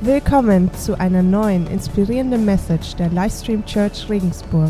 Willkommen zu einer neuen, inspirierenden Message der Livestream Church Regensburg.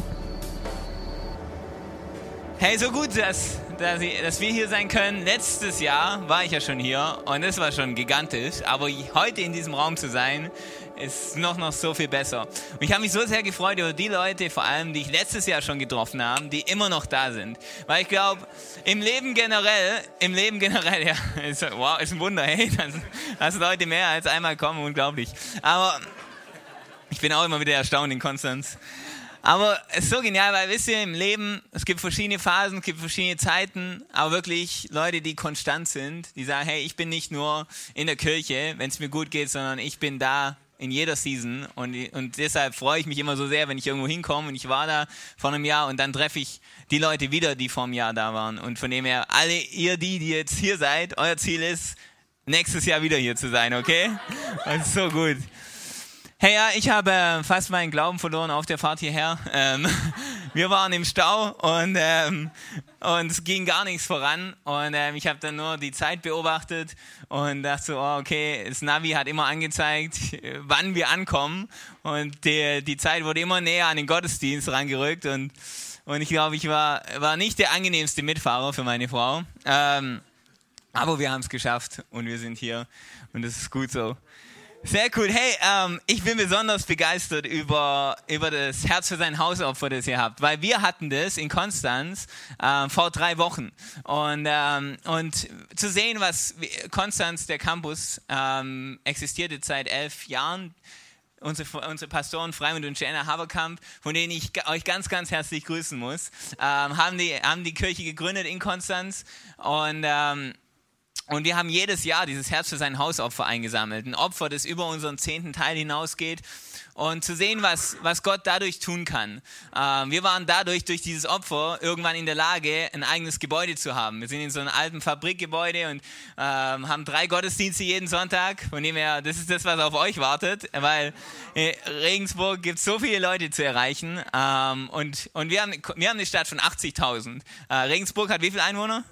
Hey, so gut, dass wir hier sein können. Letztes Jahr war ich ja schon hier und es war schon gigantisch, aber heute in diesem Raum zu sein, ist noch so viel besser. Und ich habe mich so sehr gefreut über die Leute, vor allem, die ich letztes Jahr schon getroffen habe, die immer noch da sind. Weil ich glaube, im Leben generell, ja, ist ein Wunder, hey, dass Leute mehr als einmal kommen, unglaublich. Aber ich bin auch immer wieder erstaunt in Konstanz. Aber es ist so genial, weil, wisst ihr, im Leben, es gibt verschiedene Phasen, es gibt verschiedene Zeiten, aber wirklich Leute, die konstant sind, die sagen, hey, ich bin nicht nur in der Kirche, wenn es mir gut geht, sondern ich bin da in jeder Season und deshalb freue ich mich immer so sehr, wenn ich irgendwo hinkomme und ich war da vor einem Jahr und dann treffe ich die Leute wieder, die vor einem Jahr da waren und von dem her, alle ihr, die jetzt hier seid, euer Ziel ist, nächstes Jahr wieder hier zu sein, okay? Das ist so gut. Hey, ja, ich habe fast meinen Glauben verloren auf der Fahrt hierher. Wir waren im Stau und es ging gar nichts voran. Und ich habe dann nur die Zeit beobachtet und dachte so, oh, okay, das Navi hat immer angezeigt, wann wir ankommen. Und die Zeit wurde immer näher an den Gottesdienst rangerückt. Und ich glaube, ich war nicht der angenehmste Mitfahrer für meine Frau. Aber wir haben es geschafft und wir sind hier und das ist gut so. Sehr cool. Hey, ich bin besonders begeistert über das Herz für sein Hausopfer, das ihr habt, weil wir hatten das in Konstanz vor 3 Wochen und zu sehen, was Konstanz, der Campus, existiert jetzt seit 11 Jahren. Unsere Pastoren Freimund und Jenna Haberkamp, von denen ich euch ganz, ganz herzlich grüßen muss, haben die Kirche gegründet in Konstanz und wir haben jedes Jahr dieses Herz für sein Hausopfer eingesammelt. Ein Opfer, das über unseren 10. Teil hinausgeht. Und zu sehen, was Gott dadurch tun kann. Wir waren durch dieses Opfer irgendwann in der Lage, ein eigenes Gebäude zu haben. Wir sind in so einem alten Fabrikgebäude und haben 3 Gottesdienste jeden Sonntag. Von dem her, das ist das, was auf euch wartet. Weil in Regensburg gibt es so viele Leute zu erreichen. Und wir haben eine Stadt von 80.000. Regensburg hat wie viele Einwohner?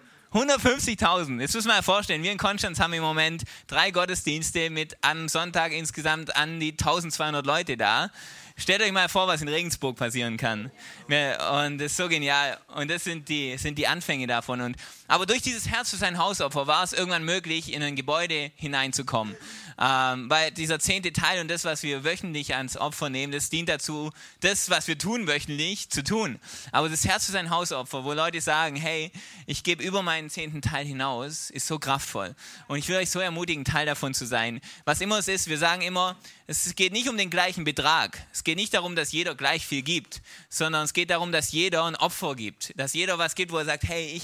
150.000. Jetzt muss man sich vorstellen, wir in Konstanz haben im Moment 3 Gottesdienste mit am Sonntag insgesamt an die 1200 Leute da. Stellt euch mal vor, was in Regensburg passieren kann. Und das ist so genial. Und das sind die Anfänge davon. Aber durch dieses Herz für sein Hausopfer war es irgendwann möglich, in ein Gebäude hineinzukommen. Weil dieser 10. Teil und das, was wir wöchentlich ans Opfer nehmen, das dient dazu, das, was wir tun wöchentlich, zu tun. Aber das Herz für sein Hausopfer, wo Leute sagen, hey, ich gebe über meinen 10. Teil hinaus, ist so kraftvoll. Und ich will euch so ermutigen, Teil davon zu sein. Was immer es ist, wir sagen immer, es geht nicht um den gleichen Betrag. Es geht nicht darum, dass jeder gleich viel gibt, sondern es geht darum, dass jeder ein Opfer gibt. Dass jeder was gibt, wo er sagt, hey,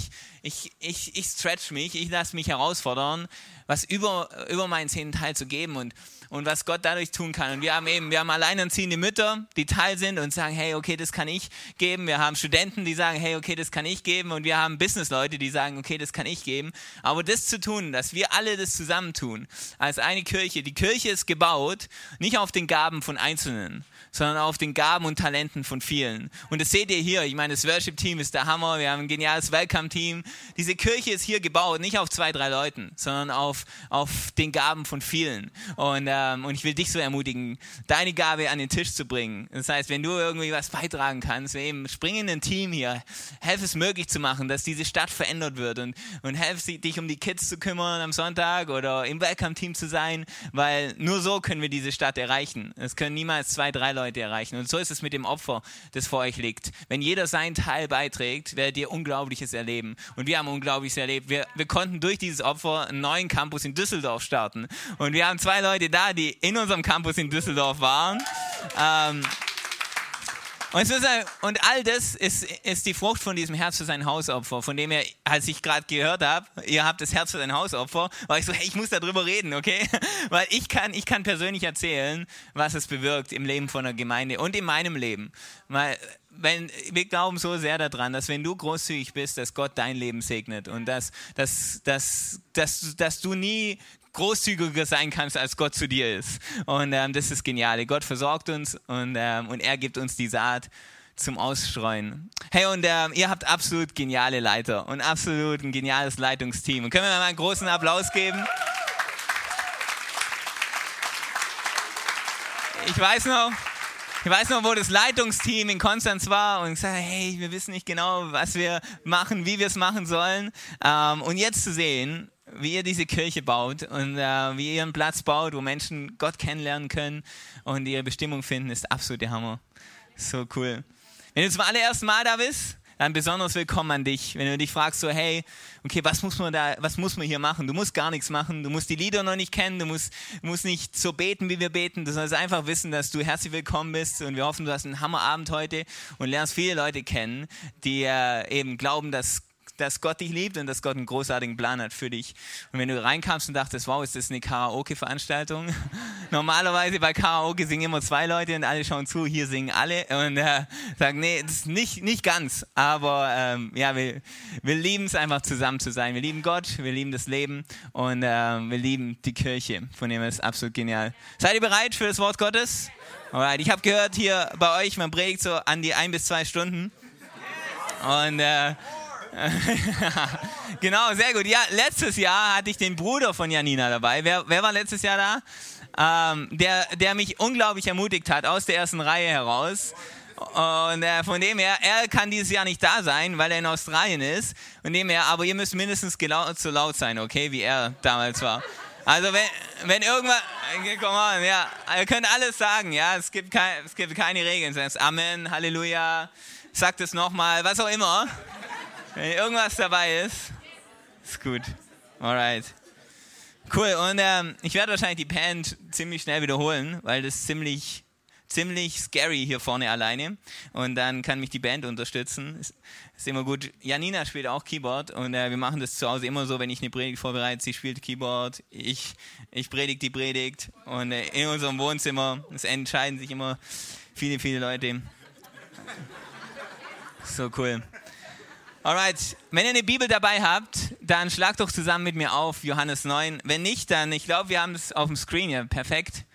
ich stretch mich, ich lasse mich herausfordern, was über meinen 10. Teil zu geben und was Gott dadurch tun kann. Und wir haben alleinerziehende Mütter, die Teil sind und sagen, hey, okay, das kann ich geben. Wir haben Studenten, die sagen, hey, okay, das kann ich geben. Und wir haben Businessleute, die sagen, okay, das kann ich geben. Aber das zu tun, dass wir alle das zusammentun, als eine Kirche. Die Kirche ist gebaut, nicht auf den Gaben von Einzelnen, sondern auf den Gaben und Talenten von vielen. Und das seht ihr hier. Ich meine, das Worship-Team ist der Hammer. Wir haben ein geniales Welcome-Team. Diese Kirche ist hier gebaut, nicht auf 2, 3 Leuten, sondern auf den Gaben von vielen. Und ich will dich so ermutigen, deine Gabe an den Tisch zu bringen. Das heißt, wenn du irgendwie was beitragen kannst, spring in ein Team hier, helf es möglich zu machen, dass diese Stadt verändert wird und helf dich um die Kids zu kümmern am Sonntag oder im Welcome-Team zu sein, weil nur so können wir diese Stadt erreichen. Es können niemals 2, 3 Leute erreichen. Und so ist es mit dem Opfer, das vor euch liegt. Wenn jeder seinen Teil beiträgt, werdet ihr Unglaubliches erleben. Und wir haben Unglaubliches erlebt. Wir konnten durch dieses Opfer einen neuen Campus in Düsseldorf starten. Und wir haben 2 Leute da, die in unserem Campus in Düsseldorf waren. Und all das ist die Frucht von diesem Herz für sein Hausopfer, von dem ihr, als ich gerade gehört habe, ihr habt das Herz für sein Hausopfer, war ich so, hey, ich muss darüber reden, okay? Weil ich kann persönlich erzählen, was es bewirkt im Leben von einer Gemeinde und in meinem Leben. Weil wir glauben so sehr daran, dass wenn du großzügig bist, dass Gott dein Leben segnet und dass du nie großzügiger sein kannst, als Gott zu dir ist. Und das ist das Geniale. Gott versorgt uns und er gibt uns die Saat zum Ausstreuen. Hey, und ihr habt absolut geniale Leiter und absolut ein geniales Leitungsteam. Und können wir mal einen großen Applaus geben? ich weiß noch, wo das Leitungsteam in Konstanz war und gesagt, hey, wir wissen nicht genau, was wir machen, wie wir es machen sollen. Und jetzt zu sehen, wie ihr diese Kirche baut und wie ihr einen Platz baut, wo Menschen Gott kennenlernen können und ihre Bestimmung finden, ist absolut der Hammer. So cool. Wenn du zum allerersten Mal da bist, dann besonders willkommen an dich. Wenn du dich fragst, so, hey, okay, was muss man hier machen? Du musst gar nichts machen, du musst die Lieder noch nicht kennen, du musst nicht so beten, wie wir beten. Du sollst einfach wissen, dass du herzlich willkommen bist und wir hoffen, du hast einen Hammerabend heute und lernst viele Leute kennen, die eben glauben, dass Gott dich liebt und dass Gott einen großartigen Plan hat für dich. Und wenn du reinkamst und dachtest, wow, ist das eine Karaoke-Veranstaltung? Normalerweise bei Karaoke singen immer 2 Leute und alle schauen zu, hier singen alle und sagen, nee, das ist nicht ganz, aber wir lieben es einfach zusammen zu sein. Wir lieben Gott, wir lieben das Leben und wir lieben die Kirche. Von dem her ist es absolut genial. Seid ihr bereit für das Wort Gottes? Alright, ich habe gehört, hier bei euch, man predigt so an die 1 bis 2 Stunden und genau, sehr gut. Ja, letztes Jahr hatte ich den Bruder von Janina dabei. Wer war letztes Jahr da? Der mich unglaublich ermutigt hat, aus der ersten Reihe heraus. Und von dem her, er kann dieses Jahr nicht da sein, weil er in Australien ist. Von dem her, aber ihr müsst mindestens so laut sein, okay, wie er damals war. Also wenn irgendwas, komm on, ja, ihr könnt alles sagen, ja, es gibt keine Regeln. Sagt Amen, Halleluja, sagt es nochmal, was auch immer. Wenn irgendwas dabei ist gut. Alright. Cool, und ich werde wahrscheinlich die Band ziemlich schnell wiederholen, weil das ist ziemlich scary hier vorne alleine. Und dann kann mich die Band unterstützen. Ist immer gut. Janina spielt auch Keyboard und wir machen das zu Hause immer so, wenn ich eine Predigt vorbereite. Sie spielt Keyboard, ich predige die Predigt. Und in unserem Wohnzimmer, es entscheiden sich immer viele, viele Leute. So cool. Alright, wenn ihr eine Bibel dabei habt, dann schlagt doch zusammen mit mir auf Johannes 9. Wenn nicht, dann, ich glaube, wir haben es auf dem Screen, ja, perfekt.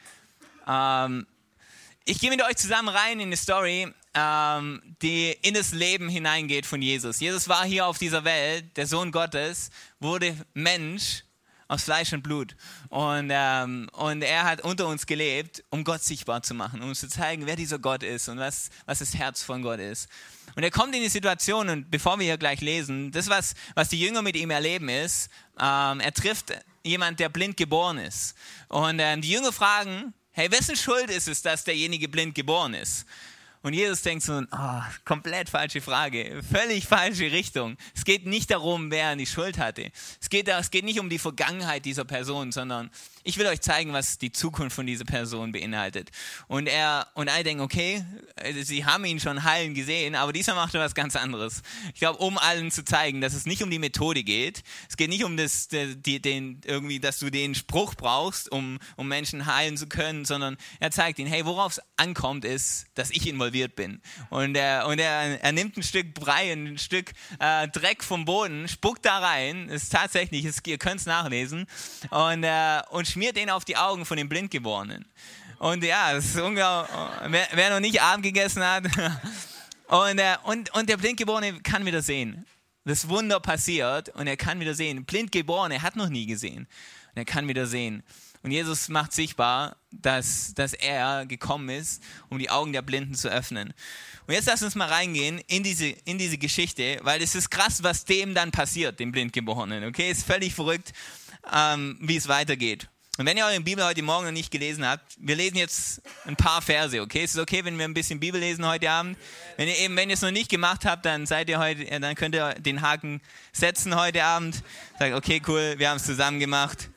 Ich gehe mit euch zusammen rein in eine Story, die in das Leben hineingeht von Jesus. Jesus war hier auf dieser Welt, der Sohn Gottes, wurde Mensch aus Fleisch und Blut. Und er hat unter uns gelebt, um Gott sichtbar zu machen, um uns zu zeigen, wer dieser Gott ist und was das Herz von Gott ist. Und er kommt in die Situation, und bevor wir hier gleich lesen, das, was die Jünger mit ihm erleben, ist, er trifft jemand, der blind geboren ist. Und die Jünger fragen, hey, wessen Schuld ist es, dass derjenige blind geboren ist? Und Jesus denkt so, komplett falsche Frage, völlig falsche Richtung. Es geht nicht darum, wer die Schuld hatte. Es geht nicht um die Vergangenheit dieser Person, sondern ich will euch zeigen, was die Zukunft von dieser Person beinhaltet. Und alle denken, okay, sie haben ihn schon heilen gesehen, aber dieser macht was ganz anderes. Ich glaube, um allen zu zeigen, dass es nicht um die Methode geht. Es geht nicht um dass du den Spruch brauchst, um Menschen heilen zu können, sondern er zeigt ihnen, hey, worauf es ankommt, ist, dass ich involviert bin. Und er nimmt ein Stück Brei, ein Stück Dreck vom Boden, spuckt da rein, ist tatsächlich, ihr könnt es nachlesen, und schmiert den auf die Augen von dem Blindgeborenen. Und ja, das ist unglaublich, wer noch nicht Abend gegessen hat. Und der Blindgeborene kann wieder sehen. Das Wunder passiert und er kann wieder sehen. Blindgeborene hat noch nie gesehen. Und er kann wieder sehen. Und Jesus macht sichtbar, dass er gekommen ist, um die Augen der Blinden zu öffnen. Und jetzt lass uns mal reingehen in diese Geschichte, weil es ist krass, was dem dann passiert, dem Blindgeborenen. Okay, ist völlig verrückt, wie es weitergeht. Und wenn ihr eure Bibel heute Morgen noch nicht gelesen habt, wir lesen jetzt ein paar Verse, okay? Ist es okay, wenn wir ein bisschen Bibel lesen heute Abend? Wenn ihr es noch nicht gemacht habt, dann könnt ihr den Haken setzen heute Abend. Sagt, okay, cool, wir haben es zusammen gemacht.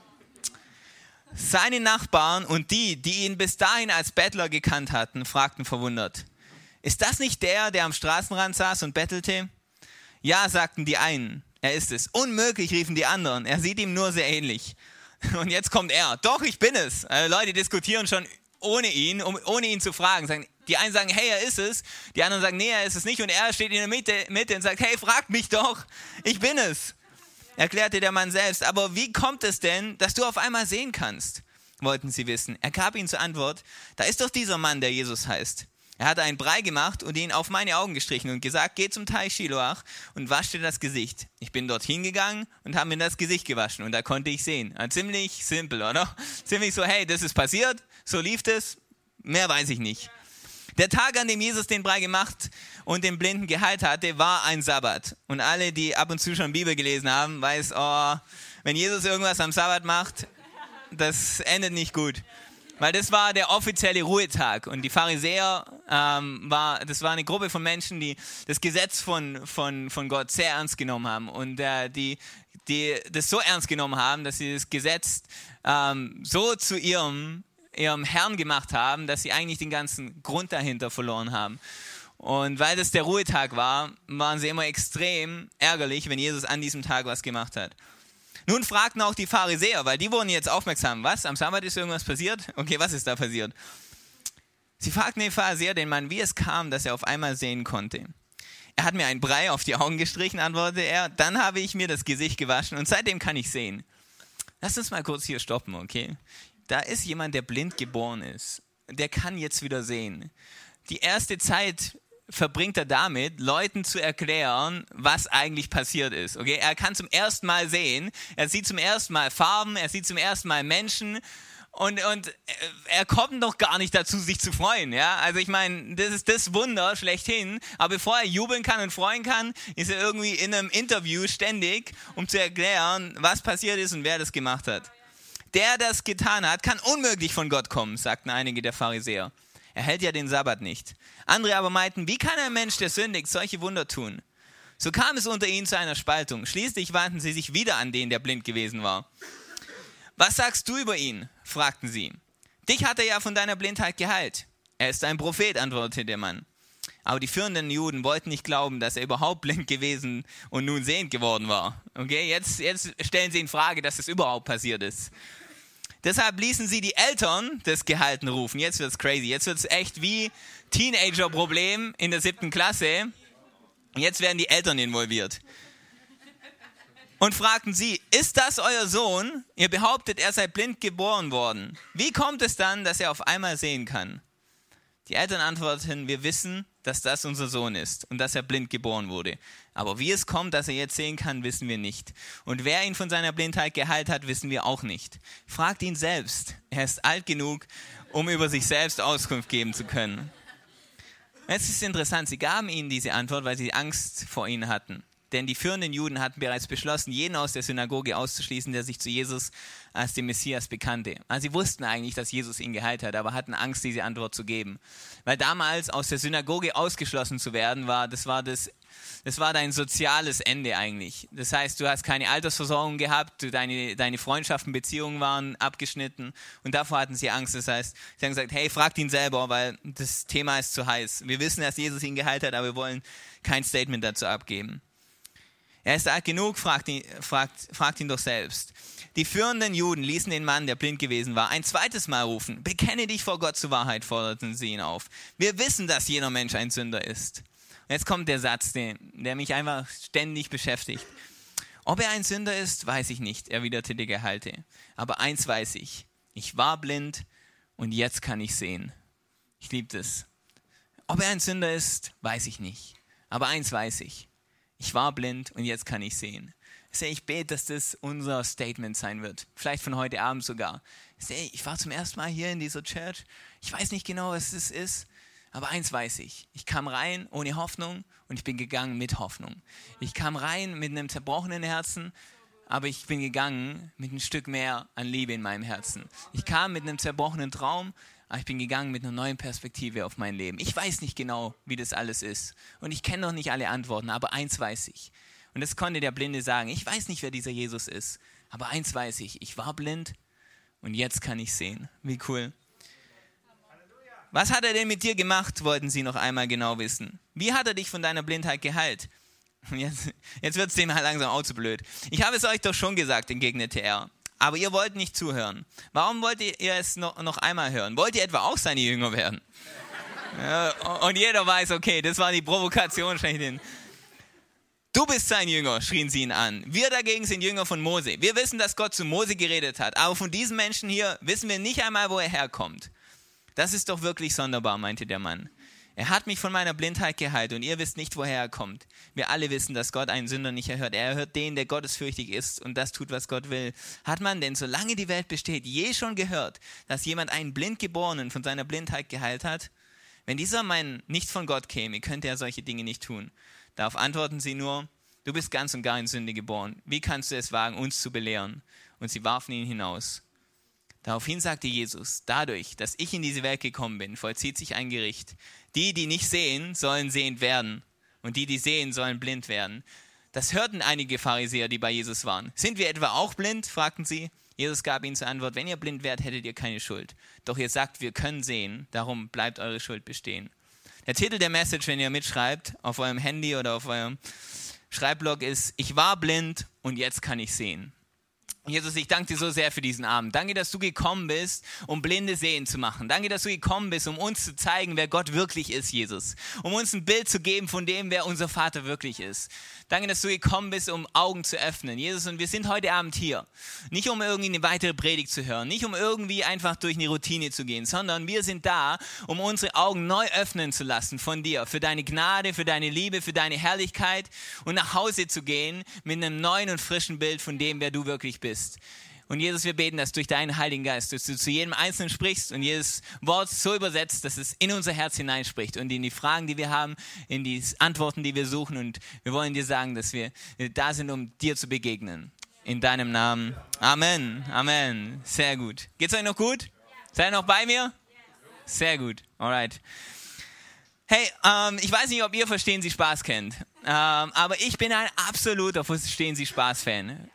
Seine Nachbarn und die ihn bis dahin als Bettler gekannt hatten, fragten verwundert: Ist das nicht der am Straßenrand saß und bettelte? Ja, sagten die einen, er ist es. Unmöglich, riefen die anderen, er sieht ihm nur sehr ähnlich. Und jetzt kommt er. Doch, ich bin es. Leute diskutieren schon ohne ihn zu fragen. Die einen sagen, hey, er ist es. Die anderen sagen, nee, er ist es nicht. Und er steht in der Mitte und sagt, hey, fragt mich doch. Ich bin es. Erklärte der Mann selbst. Aber wie kommt es denn, dass du auf einmal sehen kannst? Wollten sie wissen. Er gab ihnen zur Antwort, da ist doch dieser Mann, der Jesus heißt. Er hatte einen Brei gemacht und ihn auf meine Augen gestrichen und gesagt, geh zum Teich Shiloach und wasch dir das Gesicht. Ich bin dorthin gegangen und habe mir das Gesicht gewaschen und da konnte ich sehen. Ziemlich simpel, oder? Ziemlich so, hey, das ist passiert, so lief es, Mehr weiß ich nicht. Der Tag, an dem Jesus den Brei gemacht und den Blinden geheilt hatte, war ein Sabbat. Und alle, die ab und zu schon Bibel gelesen haben, weiß, wenn Jesus irgendwas am Sabbat macht, das endet nicht gut. Weil das war der offizielle Ruhetag. Und die Pharisäer, das war eine Gruppe von Menschen, die das Gesetz von Gott sehr ernst genommen haben. Und die das so ernst genommen haben, dass sie das Gesetz so zu ihrem Herrn gemacht haben, dass sie eigentlich den ganzen Grund dahinter verloren haben. Und weil das der Ruhetag war, waren sie immer extrem ärgerlich, wenn Jesus an diesem Tag was gemacht hat. Nun fragten auch die Pharisäer, weil die wurden jetzt aufmerksam. Was? Am Sabbat ist irgendwas passiert? Okay, was ist da passiert? Sie fragten den Pharisäer, den Mann, wie es kam, dass er auf einmal sehen konnte. Er hat mir einen Brei auf die Augen gestrichen, antwortete er. Dann habe ich mir das Gesicht gewaschen und seitdem kann ich sehen. Lass uns mal kurz hier stoppen, okay? Da ist jemand, der blind geboren ist. Der kann jetzt wieder sehen. Die erste Zeit verbringt er damit, Leuten zu erklären, was eigentlich passiert ist. Okay? Er kann zum ersten Mal sehen, er sieht zum ersten Mal Farben, er sieht zum ersten Mal Menschen und er kommt noch gar nicht dazu, sich zu freuen. Ja? Also ich meine, das ist das Wunder schlechthin, aber bevor er jubeln kann und freuen kann, ist er irgendwie in einem Interview ständig, um zu erklären, was passiert ist und wer das gemacht hat. Der das getan hat, kann unmöglich von Gott kommen, sagten einige der Pharisäer. Er hält ja den Sabbat nicht. Andere aber meinten, wie kann ein Mensch, der sündigt, solche Wunder tun? So kam es unter ihnen zu einer Spaltung. Schließlich wandten sie sich wieder an den, der blind gewesen war. Was sagst du über ihn? Fragten sie. Dich hat er ja von deiner Blindheit geheilt. Er ist ein Prophet, antwortete der Mann. Aber die führenden Juden wollten nicht glauben, dass er überhaupt blind gewesen und nun sehend geworden war. Okay, jetzt stellen sie in Frage, dass das überhaupt passiert ist. Deshalb ließen sie die Eltern des Gehalten rufen. Jetzt wird's crazy. Jetzt wird's echt wie Teenager-Problem in der 7. Klasse. Jetzt werden die Eltern involviert. Und fragten sie, ist das euer Sohn? Ihr behauptet, er sei blind geboren worden. Wie kommt es dann, dass er auf einmal sehen kann? Die Eltern antworteten, wir wissen, dass das unser Sohn ist und dass er blind geboren wurde. Aber wie es kommt, dass er jetzt sehen kann, wissen wir nicht. Und wer ihn von seiner Blindheit geheilt hat, wissen wir auch nicht. Fragt ihn selbst. Er ist alt genug, um über sich selbst Auskunft geben zu können. Es ist interessant, sie gaben ihnen diese Antwort, weil sie Angst vor ihnen hatten. Denn die führenden Juden hatten bereits beschlossen, jeden aus der Synagoge auszuschließen, der sich zu Jesus als dem Messias bekannte. Also sie wussten eigentlich, dass Jesus ihn geheilt hat, aber hatten Angst, diese Antwort zu geben. Weil damals aus der Synagoge ausgeschlossen zu werden, das war dein soziales Ende eigentlich. Das heißt, du hast keine Altersversorgung gehabt, deine Freundschaften, Beziehungen waren abgeschnitten und davor hatten sie Angst. Das heißt, sie haben gesagt, hey, fragt ihn selber, weil das Thema ist zu heiß. Wir wissen, dass Jesus ihn geheilt hat, aber wir wollen kein Statement dazu abgeben. Er ist alt genug, fragt ihn doch selbst. Die führenden Juden ließen den Mann, der blind gewesen war, ein zweites Mal rufen. Bekenne dich vor Gott zur Wahrheit, forderten sie ihn auf. Wir wissen, dass jeder Mensch ein Sünder ist. Und jetzt kommt der Satz, der mich einfach ständig beschäftigt. Ob er ein Sünder ist, weiß ich nicht, erwiderte der Geheilte. Aber eins weiß ich. Ich war blind und jetzt kann ich sehen. Ich liebe das. Ob er ein Sünder ist, weiß ich nicht. Aber eins weiß ich. Ich war blind und jetzt kann ich sehen. Ich bete, dass das unser Statement sein wird. Vielleicht von heute Abend sogar. Ich war zum ersten Mal hier in dieser Church. Ich weiß nicht genau, was das ist. Aber eins weiß ich. Ich kam rein ohne Hoffnung und ich bin gegangen mit Hoffnung. Ich kam rein mit einem zerbrochenen Herzen, aber ich bin gegangen mit ein Stück mehr an Liebe in meinem Herzen. Ich kam mit einem zerbrochenen Traum, aber ich bin gegangen mit einer neuen Perspektive auf mein Leben. Ich weiß nicht genau, wie das alles ist. Und ich kenne noch nicht alle Antworten, aber eins weiß ich. Und das konnte der Blinde sagen. Ich weiß nicht, wer dieser Jesus ist, aber eins weiß ich. Ich war blind und jetzt kann ich sehen. Wie cool. Was hat er denn mit dir gemacht, wollten sie noch einmal genau wissen. Wie hat er dich von deiner Blindheit geheilt? Jetzt wird es dem halt langsam auch zu blöd. Ich habe es euch doch schon gesagt, entgegnete er. Aber ihr wollt nicht zuhören. Warum wollt ihr es noch einmal hören? Wollt ihr etwa auch seine Jünger werden? Ja, und jeder weiß, okay, das war die Provokation schlechthin. Du bist sein Jünger, schrien sie ihn an. Wir dagegen sind Jünger von Mose. Wir wissen, dass Gott zu Mose geredet hat. Aber von diesem Menschen hier wissen wir nicht einmal, wo er herkommt. Das ist doch wirklich sonderbar, meinte der Mann. Er hat mich von meiner Blindheit geheilt und ihr wisst nicht, woher er kommt. Wir alle wissen, dass Gott einen Sünder nicht erhört. Er erhört den, der gottesfürchtig ist und das tut, was Gott will. Hat man denn, solange die Welt besteht, je schon gehört, dass jemand einen Blindgeborenen von seiner Blindheit geheilt hat? Wenn dieser Mann nicht von Gott käme, könnte er solche Dinge nicht tun. Darauf antworten sie nur, du bist ganz und gar in Sünde geboren. Wie kannst du es wagen, uns zu belehren? Und sie warfen ihn hinaus. Daraufhin sagte Jesus, dadurch, dass ich in diese Welt gekommen bin, vollzieht sich ein Gericht. Die, die nicht sehen, sollen sehend werden. Und die, die sehen, sollen blind werden. Das hörten einige Pharisäer, die bei Jesus waren. Sind wir etwa auch blind? Fragten sie. Jesus gab ihnen zur Antwort, wenn ihr blind wärt, hättet ihr keine Schuld. Doch ihr sagt, wir können sehen, darum bleibt eure Schuld bestehen. Der Titel der Message, wenn ihr mitschreibt, auf eurem Handy oder auf eurem Schreibblock ist, ich war blind und jetzt kann ich sehen. Jesus, ich danke dir so sehr für diesen Abend. Danke, dass du gekommen bist, um Blinde sehen zu machen. Danke, dass du gekommen bist, um uns zu zeigen, wer Gott wirklich ist, Jesus. Um uns ein Bild zu geben von dem, wer unser Vater wirklich ist. Danke, dass du gekommen bist, um Augen zu öffnen. Jesus, und wir sind heute Abend hier. Nicht, um irgendwie eine weitere Predigt zu hören. Nicht, um irgendwie einfach durch eine Routine zu gehen. Sondern wir sind da, um unsere Augen neu öffnen zu lassen von dir. Für deine Gnade, für deine Liebe, für deine Herrlichkeit. Und nach Hause zu gehen mit einem neuen und frischen Bild von dem, wer du wirklich bist. Und Jesus, wir beten, dass durch deinen Heiligen Geist, dass du zu jedem Einzelnen sprichst und jedes Wort so übersetzt, dass es in unser Herz hineinspricht und in die Fragen, die wir haben, in die Antworten, die wir suchen. Und wir wollen dir sagen, dass wir da sind, um dir zu begegnen. In deinem Namen. Amen. Amen. Sehr gut. Geht's euch noch gut? Seid ihr noch bei mir? Sehr gut. Alright. Hey, ich weiß nicht, ob ihr Verstehen Sie Spaß kennt, aber ich bin ein absoluter Verstehen Sie Spaß-Fan.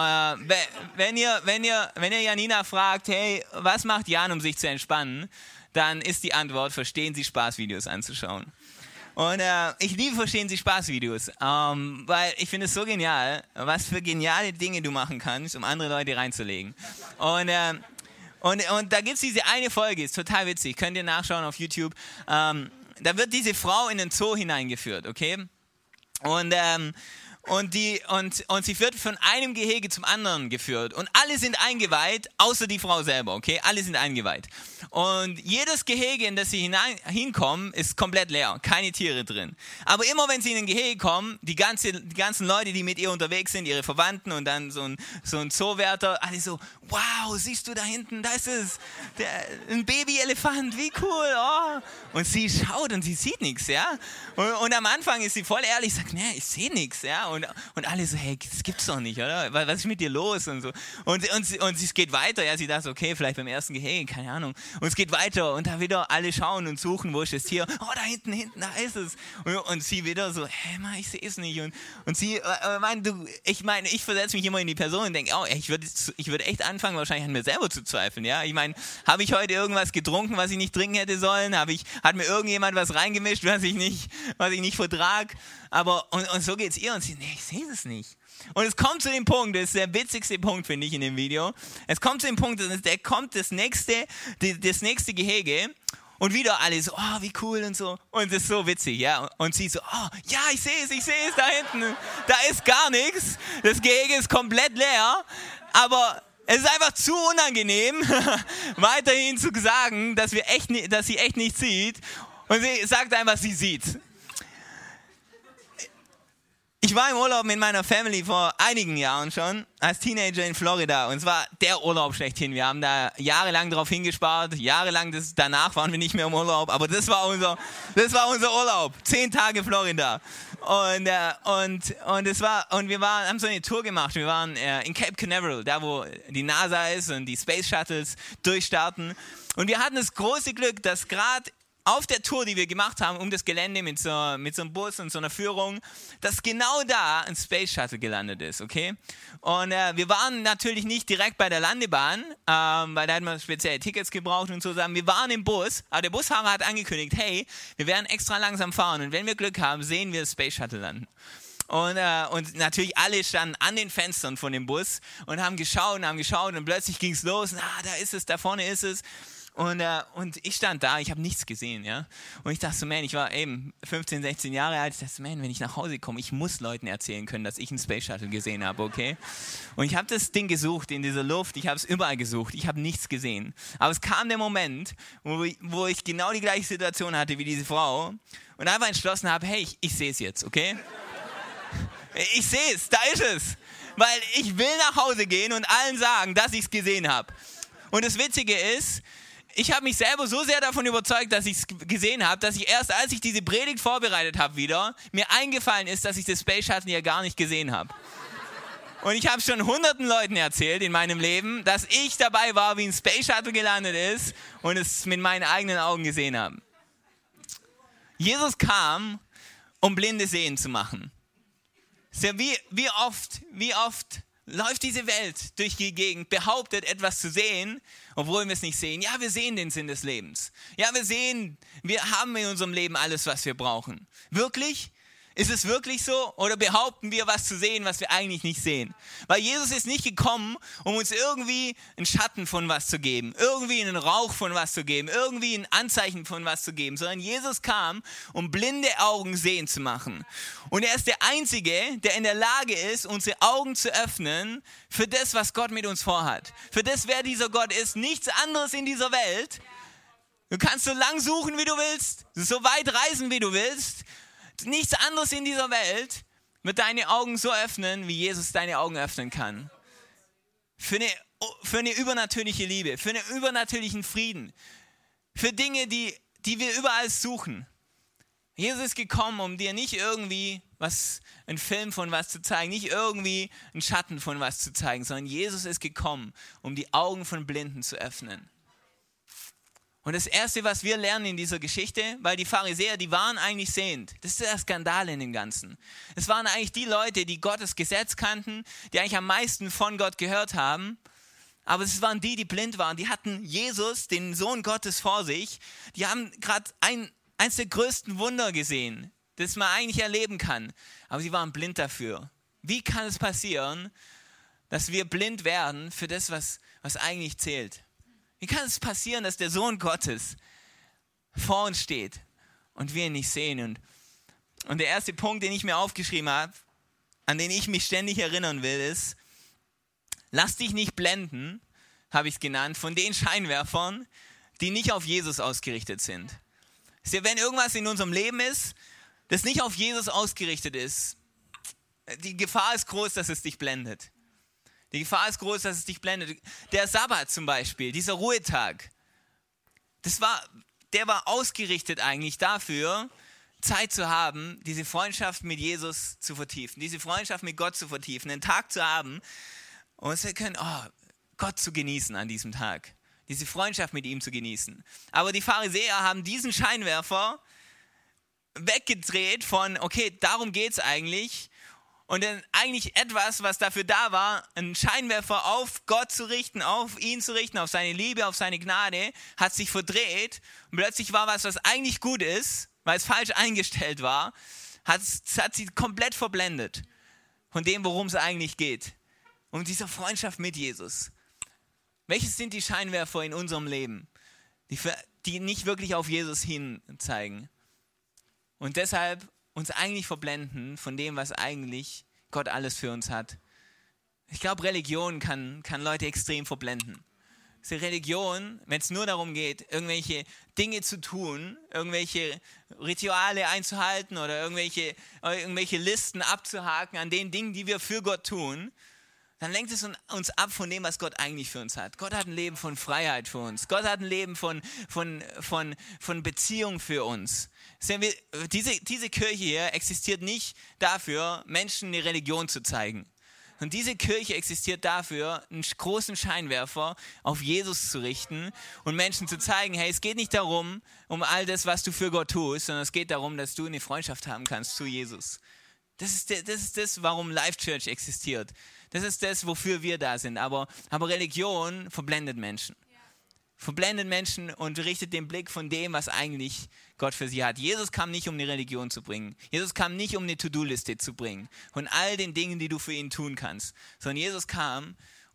Wenn ihr Janina fragt, hey, was macht Jan, um sich zu entspannen, dann ist die Antwort, Verstehen Sie Spaß-Videos anzuschauen. Und ich liebe Verstehen Sie Spaß-Videos, weil ich finde es so genial, was für geniale Dinge du machen kannst, um andere Leute reinzulegen. Und da gibt es diese eine Folge, ist total witzig, könnt ihr nachschauen auf YouTube. Da wird diese Frau in den Zoo hineingeführt, okay? Und sie wird von einem Gehege zum anderen geführt. Und alle sind eingeweiht, außer die Frau selber, okay? Alle sind eingeweiht. Und jedes Gehege, in das sie hinkommen, ist komplett leer. Keine Tiere drin. Aber immer wenn sie in ein Gehege kommen, die ganzen Leute, die mit ihr unterwegs sind, ihre Verwandten und dann so ein Zoowärter, alle so, wow, siehst du da hinten, da ist es, ein Baby-Elefant, wie cool, oh. Und sie schaut und sie sieht nichts, ja? Und am Anfang ist sie voll ehrlich, sagt, nee, ich sehe nichts, ja? Und alle so, hey, das gibt's doch nicht, oder? Was ist mit dir los? Und so. Und es geht weiter, ja, sie dachte, okay, vielleicht beim ersten Gehege, keine Ahnung. Und es geht weiter und da wieder alle schauen und suchen, wo ist das Tier? Oh, da hinten, da ist es. Und sie wieder so, hey, Mann, ich sehe es nicht. Und sie, ich versetze mich immer in die Person und denke, oh, ich würde echt anfangen, wahrscheinlich an mir selber zu zweifeln, ja. Ich meine, habe ich heute irgendwas getrunken, was ich nicht trinken hätte sollen? Hat mir irgendjemand was reingemischt, was ich nicht vertrag? Aber, und so geht's ihr und sie, nee, ich sehe es nicht. Und es kommt zu dem Punkt, das ist der witzigste Punkt, finde ich, in dem Video. Es kommt zu dem Punkt, kommt das nächste Gehege und wieder alle so, oh, wie cool und so. Und das ist so witzig, ja. Und sie so, oh, ja, ich sehe es da hinten. Da ist gar nichts. Das Gehege ist komplett leer. Aber es ist einfach zu unangenehm, weiterhin zu sagen, dass sie echt nichts sieht. Und sie sagt einfach, sie sieht's. Ich war im Urlaub mit meiner Family vor einigen Jahren schon, als Teenager in Florida. Und es war der Urlaub schlechthin. Wir haben da jahrelang drauf hingespart. Danach waren wir nicht mehr im Urlaub. Aber das war unser Urlaub. 10 Tage Florida. Und wir haben so eine Tour gemacht. Wir waren in Cape Canaveral, da wo die NASA ist und die Space Shuttles durchstarten. Und wir hatten das große Glück, dass gerade auf der Tour, die wir gemacht haben, um das Gelände mit so einem Bus und so einer Führung, dass genau da ein Space Shuttle gelandet ist, okay? Und wir waren natürlich nicht direkt bei der Landebahn, weil da hatten wir spezielle Tickets gebraucht und so. Wir waren im Bus, aber der Busfahrer hat angekündigt, hey, wir werden extra langsam fahren und wenn wir Glück haben, sehen wir das Space Shuttle landen. Und natürlich alle standen an den Fenstern von dem Bus und haben geschaut und plötzlich ging es los. Da ist es, da vorne ist es. Und ich stand da, ich habe nichts gesehen, ja. Und ich dachte so, man, ich war eben 15, 16 Jahre alt. Ich dachte so, man, wenn ich nach Hause komme, ich muss Leuten erzählen können, dass ich einen Space Shuttle gesehen habe, okay? Und ich habe das Ding gesucht in dieser Luft, ich habe es überall gesucht, ich habe nichts gesehen. Aber es kam der Moment, wo ich genau die gleiche Situation hatte wie diese Frau und einfach entschlossen habe, hey, ich sehe es jetzt, okay? Ich sehe es, da ist es. Weil ich will nach Hause gehen und allen sagen, dass ich es gesehen habe. Und das Witzige ist, ich habe mich selber so sehr davon überzeugt, dass ich es gesehen habe, dass ich erst, als ich diese Predigt vorbereitet habe wieder, mir eingefallen ist, dass ich das Space Shuttle ja gar nicht gesehen habe. Und ich habe schon hunderten Leuten erzählt in meinem Leben, dass ich dabei war, wie ein Space Shuttle gelandet ist und es mit meinen eigenen Augen gesehen habe. Jesus kam, um Blinde sehen zu machen. Wie oft läuft diese Welt durch die Gegend, behauptet, etwas zu sehen, obwohl wir es nicht sehen. Ja, wir sehen den Sinn des Lebens. Ja, wir haben in unserem Leben alles, was wir brauchen. Wirklich? Ist es wirklich so? Oder behaupten wir, was zu sehen, was wir eigentlich nicht sehen? Weil Jesus ist nicht gekommen, um uns irgendwie einen Schatten von was zu geben, irgendwie einen Rauch von was zu geben, irgendwie ein Anzeichen von was zu geben, sondern Jesus kam, um blinde Augen sehen zu machen. Und er ist der Einzige, der in der Lage ist, unsere Augen zu öffnen für das, was Gott mit uns vorhat. Für das, wer dieser Gott ist. Nichts anderes in dieser Welt. Du kannst so lang suchen, wie du willst, so weit reisen, wie du willst. Nichts anderes in dieser Welt wird deine Augen so öffnen, wie Jesus deine Augen öffnen kann. Für eine übernatürliche Liebe, für einen übernatürlichen Frieden, für Dinge, die wir überall suchen. Jesus ist gekommen, um dir nicht irgendwie einen Film von was zu zeigen, nicht irgendwie einen Schatten von was zu zeigen, sondern Jesus ist gekommen, um die Augen von Blinden zu öffnen. Und das Erste, was wir lernen in dieser Geschichte, weil die Pharisäer, die waren eigentlich sehend. Das ist der Skandal in dem Ganzen. Es waren eigentlich die Leute, die Gottes Gesetz kannten, die eigentlich am meisten von Gott gehört haben. Aber es waren die blind waren. Die hatten Jesus, den Sohn Gottes, vor sich. Die haben gerade eins der größten Wunder gesehen, das man eigentlich erleben kann. Aber sie waren blind dafür. Wie kann es passieren, dass wir blind werden für das, was eigentlich zählt? Wie kann es passieren, dass der Sohn Gottes vor uns steht und wir ihn nicht sehen? Und der erste Punkt, den ich mir aufgeschrieben habe, an den ich mich ständig erinnern will, ist, lass dich nicht blenden, habe ich es genannt, von den Scheinwerfern, die nicht auf Jesus ausgerichtet sind. Wenn irgendwas in unserem Leben ist, das nicht auf Jesus ausgerichtet ist, die Gefahr ist groß, dass es dich blendet. Die Gefahr ist groß, dass es dich blendet. Der Sabbat zum Beispiel, dieser Ruhetag, der war ausgerichtet eigentlich dafür, Zeit zu haben, diese Freundschaft mit Jesus zu vertiefen, diese Freundschaft mit Gott zu vertiefen, einen Tag zu haben und wir können Gott zu genießen an diesem Tag, diese Freundschaft mit ihm zu genießen. Aber die Pharisäer haben diesen Scheinwerfer weggedreht von, okay, darum geht es eigentlich. Und dann eigentlich etwas, was dafür da war, einen Scheinwerfer auf Gott zu richten, auf ihn zu richten, auf seine Liebe, auf seine Gnade, hat sich verdreht. Und plötzlich war was eigentlich gut ist, weil es falsch eingestellt war, hat sie komplett verblendet von dem, worum es eigentlich geht. Um dieser Freundschaft mit Jesus. Welches sind die Scheinwerfer in unserem Leben, die nicht wirklich auf Jesus hin zeigen? Und deshalb uns eigentlich verblenden von dem, was eigentlich Gott alles für uns hat. Ich glaube, Religion kann Leute extrem verblenden. Diese Religion, wenn es nur darum geht, irgendwelche Dinge zu tun, irgendwelche Rituale einzuhalten oder irgendwelche Listen abzuhaken an den Dingen, die wir für Gott tun, dann lenkt es uns ab von dem, was Gott eigentlich für uns hat. Gott hat ein Leben von Freiheit für uns. Gott hat ein Leben von Beziehung für uns. Diese Kirche hier existiert nicht dafür, Menschen eine Religion zu zeigen. Und diese Kirche existiert dafür, einen großen Scheinwerfer auf Jesus zu richten und Menschen zu zeigen, hey, es geht nicht darum, um all das, was du für Gott tust, sondern es geht darum, dass du eine Freundschaft haben kannst zu Jesus. Das ist das, warum Life Church existiert. Das ist das, wofür wir da sind. Aber Religion verblendet Menschen. Verblendet Menschen und richtet den Blick von dem, was eigentlich Gott für sie hat. Jesus kam nicht, um eine Religion zu bringen. Jesus kam nicht, um eine To-Do-Liste zu bringen. Von all den Dingen, die du für ihn tun kannst. Sondern Jesus kam,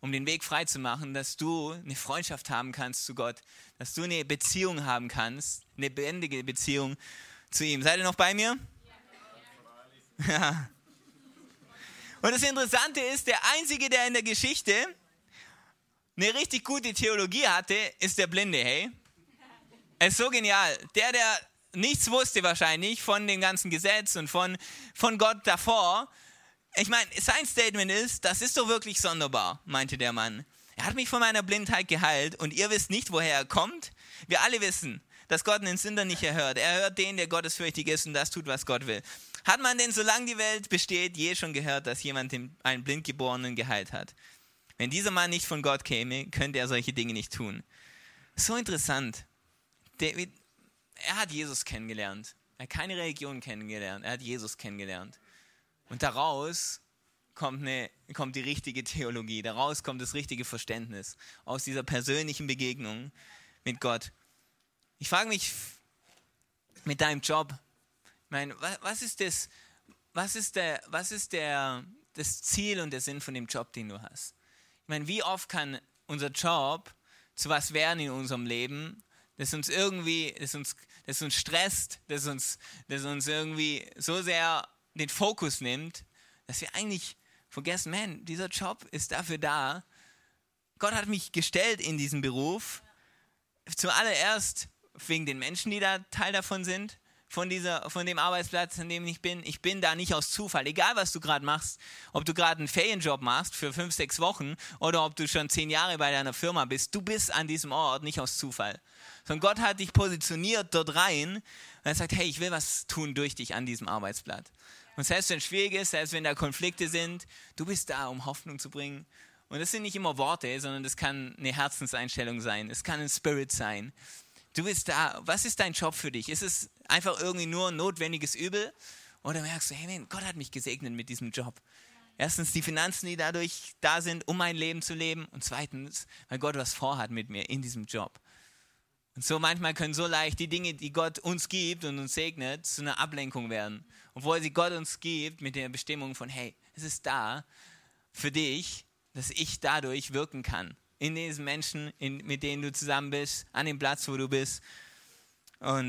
um den Weg frei zu machen, dass du eine Freundschaft haben kannst zu Gott, dass du eine Beziehung haben kannst, eine lebendige Beziehung zu ihm. Seid ihr noch bei mir? Ja. Und das Interessante ist, der Einzige, der in der Geschichte eine richtig gute Theologie hatte, ist der Blinde, hey? Es ist so genial. Der nichts wusste wahrscheinlich von dem ganzen Gesetz und von Gott davor. Ich meine, sein Statement ist, das ist doch wirklich sonderbar, meinte der Mann. Er hat mich von meiner Blindheit geheilt und ihr wisst nicht, woher er kommt. Wir alle wissen, dass Gott einen Sünder nicht erhört. Er hört den, der gottesfürchtig ist und das tut, was Gott will. Hat man denn, solange die Welt besteht, je schon gehört, dass jemand einen Blindgeborenen geheilt hat? Wenn dieser Mann nicht von Gott käme, könnte er solche Dinge nicht tun. So interessant. Er hat Jesus kennengelernt. Er hat keine Religion kennengelernt. Er hat Jesus kennengelernt. Und daraus kommt die richtige Theologie. Daraus kommt das richtige Verständnis. Aus dieser persönlichen Begegnung mit Gott. Ich frage mich mit deinem Job, ich meine, was ist das Ziel und der Sinn von dem Job, den du hast? Ich meine, wie oft kann unser Job zu was werden in unserem Leben, das uns stresst, das uns irgendwie so sehr den Fokus nimmt, dass wir eigentlich vergessen, man, dieser Job ist dafür da. Gott hat mich gestellt in diesen Beruf, zuallererst wegen den Menschen, die da Teil davon sind, von dem Arbeitsplatz, an dem ich bin. Ich bin da nicht aus Zufall. Egal, was du gerade machst, ob du gerade einen Ferienjob machst für 5-6 Wochen oder ob du schon 10 Jahre bei deiner Firma bist, du bist an diesem Ort nicht aus Zufall. Sondern Gott hat dich positioniert dort rein und er sagt, hey, ich will was tun durch dich an diesem Arbeitsplatz. Und selbst wenn es schwierig ist, selbst wenn da Konflikte sind, du bist da, um Hoffnung zu bringen. Und das sind nicht immer Worte, sondern das kann eine Herzenseinstellung sein. Es kann ein Spirit sein. Du bist da, was ist dein Job für dich? Ist es einfach irgendwie nur ein notwendiges Übel? Oder merkst du, hey man, Gott hat mich gesegnet mit diesem Job. Erstens die Finanzen, die dadurch da sind, um mein Leben zu leben. Und zweitens, weil Gott was vorhat mit mir in diesem Job. Und so manchmal können so leicht die Dinge, die Gott uns gibt und uns segnet, zu einer Ablenkung werden. Obwohl sie Gott uns gibt mit der Bestimmung von, hey, es ist da für dich, dass ich dadurch wirken kann. In diesen Menschen, mit denen du zusammen bist, an dem Platz, wo du bist. Und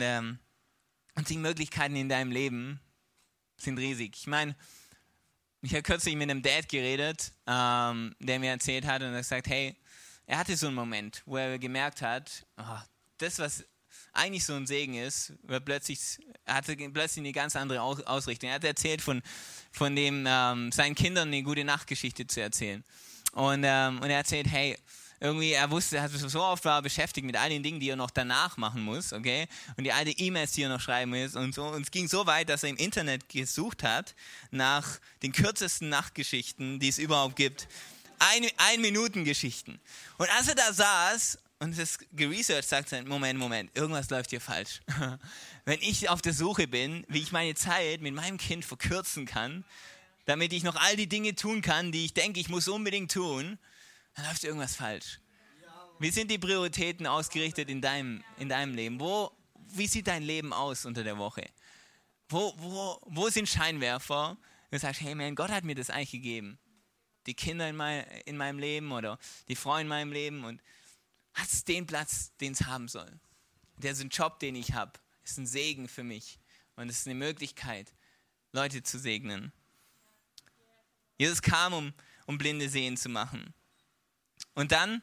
die Möglichkeiten in deinem Leben sind riesig. Ich meine, ich habe kürzlich mit einem Dad geredet, der mir erzählt hat und er hat gesagt, hey, er hatte so einen Moment, wo er gemerkt hat, das, was eigentlich so ein Segen ist, hatte plötzlich eine ganz andere Ausrichtung. Er hat erzählt von dem, seinen Kindern eine gute Nachtgeschichte zu erzählen. Und er erzählt, hey, irgendwie, er hat so oft war beschäftigt mit all den Dingen, die er noch danach machen muss, okay? Und die alte E-Mails, die er noch schreiben muss und so. Und es ging so weit, dass er im Internet gesucht hat nach den kürzesten Nachtgeschichten, die es überhaupt gibt. 1-Minuten-Geschichten. Und als er da saß und das geresearched, sagt er, Moment, irgendwas läuft hier falsch. Wenn ich auf der Suche bin, wie ich meine Zeit mit meinem Kind verkürzen kann, damit ich noch all die Dinge tun kann, die ich denke, ich muss unbedingt tun, dann läuft irgendwas falsch. Wie sind die Prioritäten ausgerichtet in deinem Leben? Wie sieht dein Leben aus unter der Woche? Wo sind Scheinwerfer? Du sagst, hey man, Gott hat mir das eigentlich gegeben. Die Kinder in meinem Leben oder die Frau in meinem Leben und hat es den Platz, den es haben soll. Der ist ein Job, den ich habe. Ist ein Segen für mich. Und es ist eine Möglichkeit, Leute zu segnen. Jesus kam, um blinde sehen zu machen. Und dann,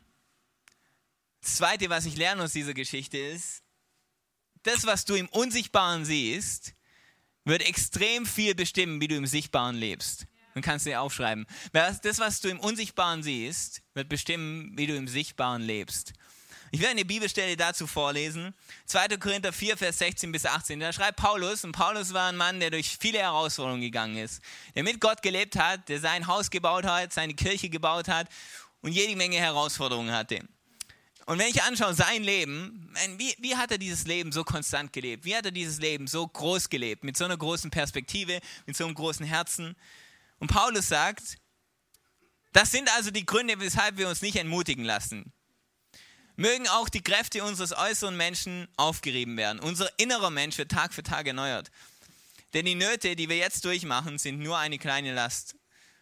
das Zweite, was ich lerne aus dieser Geschichte ist, das, was du im Unsichtbaren siehst, wird extrem viel bestimmen, wie du im Sichtbaren lebst. Man kann es dir aufschreiben. Das, was du im Unsichtbaren siehst, wird bestimmen, wie du im Sichtbaren lebst. Ich werde eine Bibelstelle dazu vorlesen. 2. Korinther 4, Vers 16 bis 18. Da schreibt Paulus, und Paulus war ein Mann, der durch viele Herausforderungen gegangen ist. Der mit Gott gelebt hat, der sein Haus gebaut hat, seine Kirche gebaut hat und jede Menge Herausforderungen hatte. Und wenn ich anschaue, sein Leben, wie hat er dieses Leben so konstant gelebt? Wie hat er dieses Leben so groß gelebt? Mit so einer großen Perspektive, mit so einem großen Herzen. Und Paulus sagt, das sind also die Gründe, weshalb wir uns nicht entmutigen lassen. Mögen auch die Kräfte unseres äußeren Menschen aufgerieben werden. Unser innerer Mensch wird Tag für Tag erneuert. Denn die Nöte, die wir jetzt durchmachen, sind nur eine kleine Last.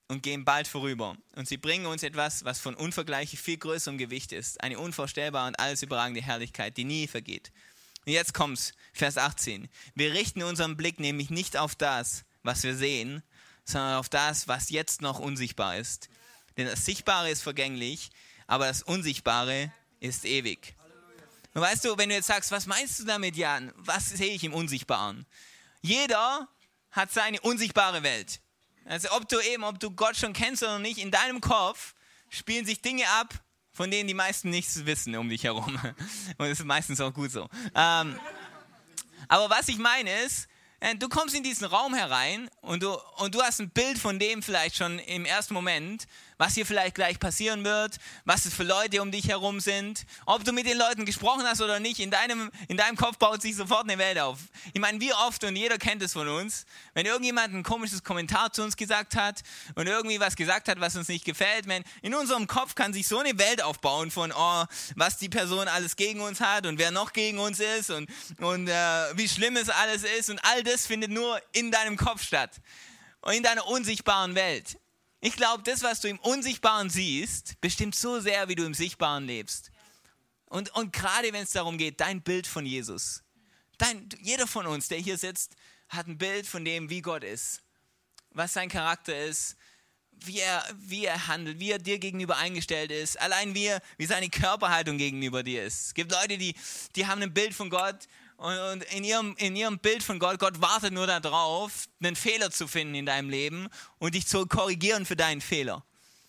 und gehen bald vorüber. Und sie bringen uns etwas, was von unvergleichlich viel größerem Gewicht ist. Eine unvorstellbare und alles überragende Herrlichkeit, die nie vergeht. Und jetzt kommt's, Vers 18. Wir richten unseren Blick nämlich nicht auf das, was wir sehen, sondern auf das, was jetzt noch unsichtbar ist. Denn das Sichtbare ist vergänglich, aber das Unsichtbare ist ewig. Und weißt du, wenn du jetzt sagst, was meinst du damit, Jan? Was sehe ich im Unsichtbaren? Jeder hat seine unsichtbare Welt. Also ob du Gott schon kennst oder nicht, in deinem Kopf spielen sich Dinge ab, von denen die meisten nichts wissen um dich herum. Und das ist meistens auch gut so. Aber was ich meine ist, du kommst in diesen Raum herein und du hast ein Bild von dem vielleicht schon im ersten Moment, was hier vielleicht gleich passieren wird, was es für Leute um dich herum sind. Ob du mit den Leuten gesprochen hast oder nicht, in deinem Kopf baut sich sofort eine Welt auf. Ich meine, wie oft, und jeder kennt es von uns, wenn irgendjemand ein komisches Kommentar zu uns gesagt hat und irgendwie was gesagt hat, was uns nicht gefällt, in unserem Kopf kann sich so eine Welt aufbauen von, was die Person alles gegen uns hat und wer noch gegen uns ist und wie schlimm es alles ist, und all das findet nur in deinem Kopf statt und in deiner unsichtbaren Welt. Ich glaube, das, was du im Unsichtbaren siehst, bestimmt so sehr, wie du im Sichtbaren lebst. Und gerade wenn es darum geht, dein Bild von Jesus. Jeder von uns, der hier sitzt, hat ein Bild von dem, wie Gott ist. Was sein Charakter ist, wie er handelt, wie er dir gegenüber eingestellt ist. Allein wie seine Körperhaltung gegenüber dir ist. Es gibt Leute, die haben ein Bild von Gott. Und in ihrem Bild von Gott wartet nur darauf, einen Fehler zu finden in deinem Leben und dich zu korrigieren für deinen Fehler.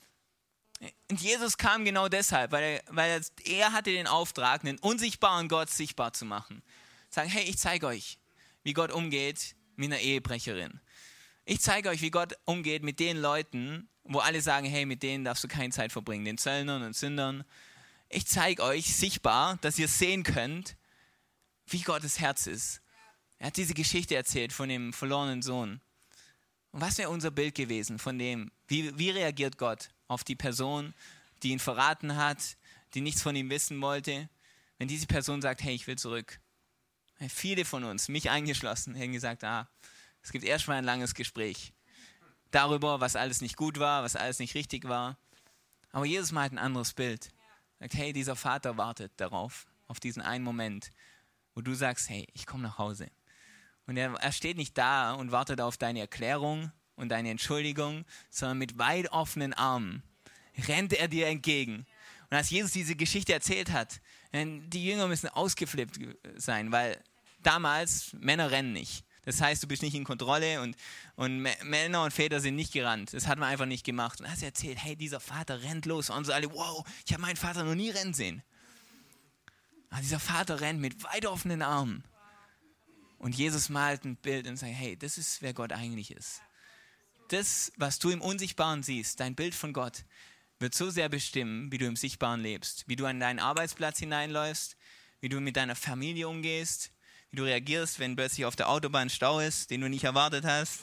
Und Jesus kam genau deshalb, weil er hatte den Auftrag, einen unsichtbaren Gott sichtbar zu machen. Sagen, hey, ich zeige euch, wie Gott umgeht mit einer Ehebrecherin. Ich zeige euch, wie Gott umgeht mit den Leuten, wo alle sagen, hey, mit denen darfst du keine Zeit verbringen, den Zöllnern und Sündern. Ich zeige euch sichtbar, dass ihr sehen könnt, wie Gottes Herz ist. Er hat diese Geschichte erzählt von dem verlorenen Sohn. Und was wäre unser Bild gewesen von dem? Wie reagiert Gott auf die Person, die ihn verraten hat, die nichts von ihm wissen wollte, wenn diese Person sagt, hey, ich will zurück? Viele von uns, mich eingeschlossen, hätten gesagt, es gibt erstmal ein langes Gespräch darüber, was alles nicht gut war, was alles nicht richtig war. Aber Jesus mal hat ein anderes Bild. Er sagt, hey, dieser Vater wartet darauf, auf diesen einen Moment, wo du sagst, hey, ich komme nach Hause. Und er steht nicht da und wartet auf deine Erklärung und deine Entschuldigung, sondern mit weit offenen Armen rennt er dir entgegen. Und als Jesus diese Geschichte erzählt hat, die Jünger müssen ausgeflippt sein, weil damals Männer rennen nicht. Das heißt, du bist nicht in Kontrolle und Männer und Väter sind nicht gerannt. Das hat man einfach nicht gemacht. Und als er erzählt, hey, dieser Vater rennt los. Und so alle, wow, ich habe meinen Vater noch nie rennen sehen. Aber dieser Vater rennt mit weit offenen Armen. Und Jesus malt ein Bild und sagt, hey, das ist, wer Gott eigentlich ist. Das, was du im Unsichtbaren siehst, dein Bild von Gott, wird so sehr bestimmen, wie du im Sichtbaren lebst. Wie du an deinen Arbeitsplatz hineinläufst, wie du mit deiner Familie umgehst, wie du reagierst, wenn plötzlich auf der Autobahn Stau ist, den du nicht erwartet hast.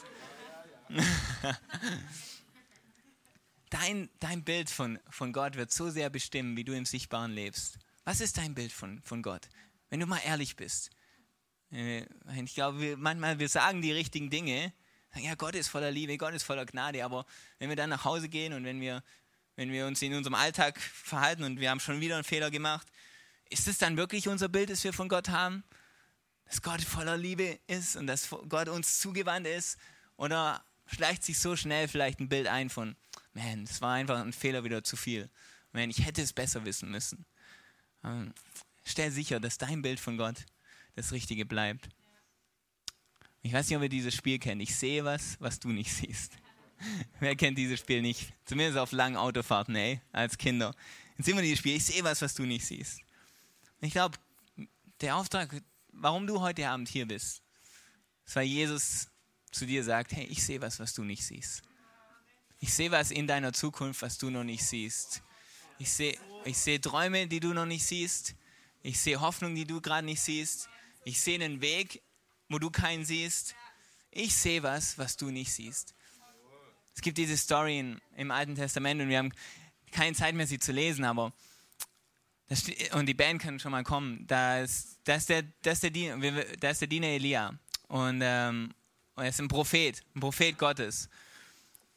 Dein Bild von Gott wird so sehr bestimmen, wie du im Sichtbaren lebst. Was ist dein Bild von Gott? Wenn du mal ehrlich bist. Ich glaube, manchmal wir sagen die richtigen Dinge. Sagen, ja, Gott ist voller Liebe, Gott ist voller Gnade. Aber wenn wir dann nach Hause gehen und wenn wir uns in unserem Alltag verhalten und wir haben schon wieder einen Fehler gemacht, ist es dann wirklich unser Bild, das wir von Gott haben? Dass Gott voller Liebe ist und dass Gott uns zugewandt ist? Oder schleicht sich so schnell vielleicht ein Bild ein von, man, das war einfach ein Fehler wieder zu viel. Man, ich hätte es besser wissen müssen. Stell sicher, dass dein Bild von Gott das Richtige bleibt. Ich weiß nicht, ob ihr dieses Spiel kennt. Ich sehe was du nicht siehst. Wer kennt dieses Spiel nicht? Zumindest auf langen Autofahrten, als Kinder. Jetzt sehen wir dieses Spiel. Ich sehe was du nicht siehst. Ich glaube, der Auftrag, warum du heute Abend hier bist, ist, weil Jesus zu dir sagt, hey, ich sehe was du nicht siehst. Ich sehe was in deiner Zukunft, was du noch nicht siehst. Ich sehe Träume, die du noch nicht siehst. Ich sehe Hoffnung, die du gerade nicht siehst. Ich sehe einen Weg, wo du keinen siehst. Ich sehe was du nicht siehst. Es gibt diese Story im Alten Testament und wir haben keine Zeit mehr, sie zu lesen, aber und die Band kann schon mal kommen. Da ist der Diener Elia und er ist ein Prophet Gottes.